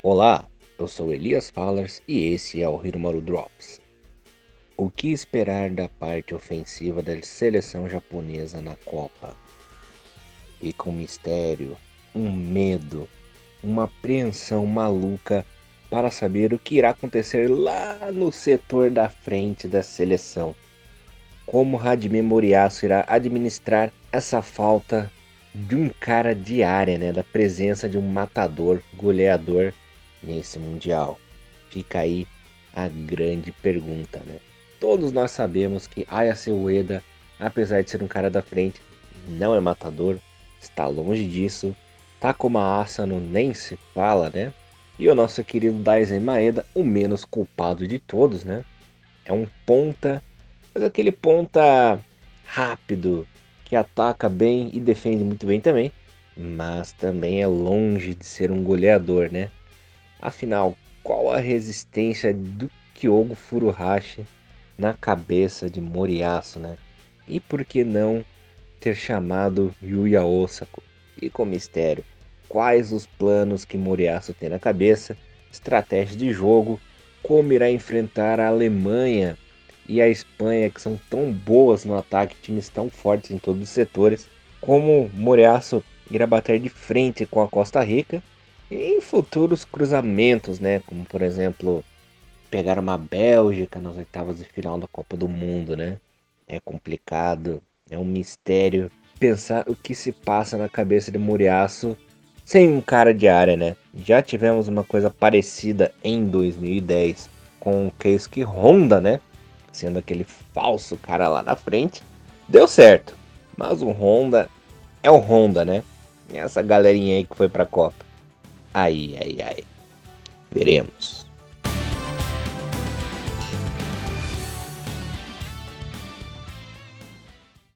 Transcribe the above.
Olá, eu sou Elias Fallers e esse é o Hirumaru Drops. O que esperar da parte ofensiva da seleção japonesa na Copa? Fica um mistério, um medo, uma apreensão maluca para saber o que irá acontecer lá no setor da frente da seleção. Como Hajime Moriyasu irá administrar essa falta de um cara de área, né? Da presença de um matador, goleador nesse Mundial. Fica aí a grande pergunta, né? Todos nós sabemos que Ayase Ueda, apesar de ser um cara da frente, não é matador, está longe disso. Takuma Asano nem se fala, né? E o nosso querido Daisen Maeda, o menos culpado de todos, né? É um ponta, mas aquele ponta rápido, que ataca bem e defende muito bem também, mas também é longe de ser um goleador, né? Afinal, qual a resistência do Kyogo Furuhashi na cabeça de Moriyasu, né? E por que não ter chamado Yuya Osako? Fica o mistério. Quais os planos que Moriyasu tem na cabeça? Estratégia de jogo? Como irá enfrentar a Alemanha e a Espanha, que são tão boas no ataque, times tão fortes em todos os setores? Como Moriyasu irá bater de frente com a Costa Rica? E em futuros cruzamentos, né? Como por exemplo, pegar uma Bélgica nas oitavas de final da Copa do Mundo, né? É complicado, é um mistério pensar o que se passa na cabeça de Muriaço sem um cara de área, né? Já tivemos uma coisa parecida em 2010 com o Keisuke Honda, né? Sendo aquele falso cara lá na frente. Deu certo, mas o Honda é o Honda, né? E essa galerinha aí que foi pra Copa. Ai, ai, ai. Veremos.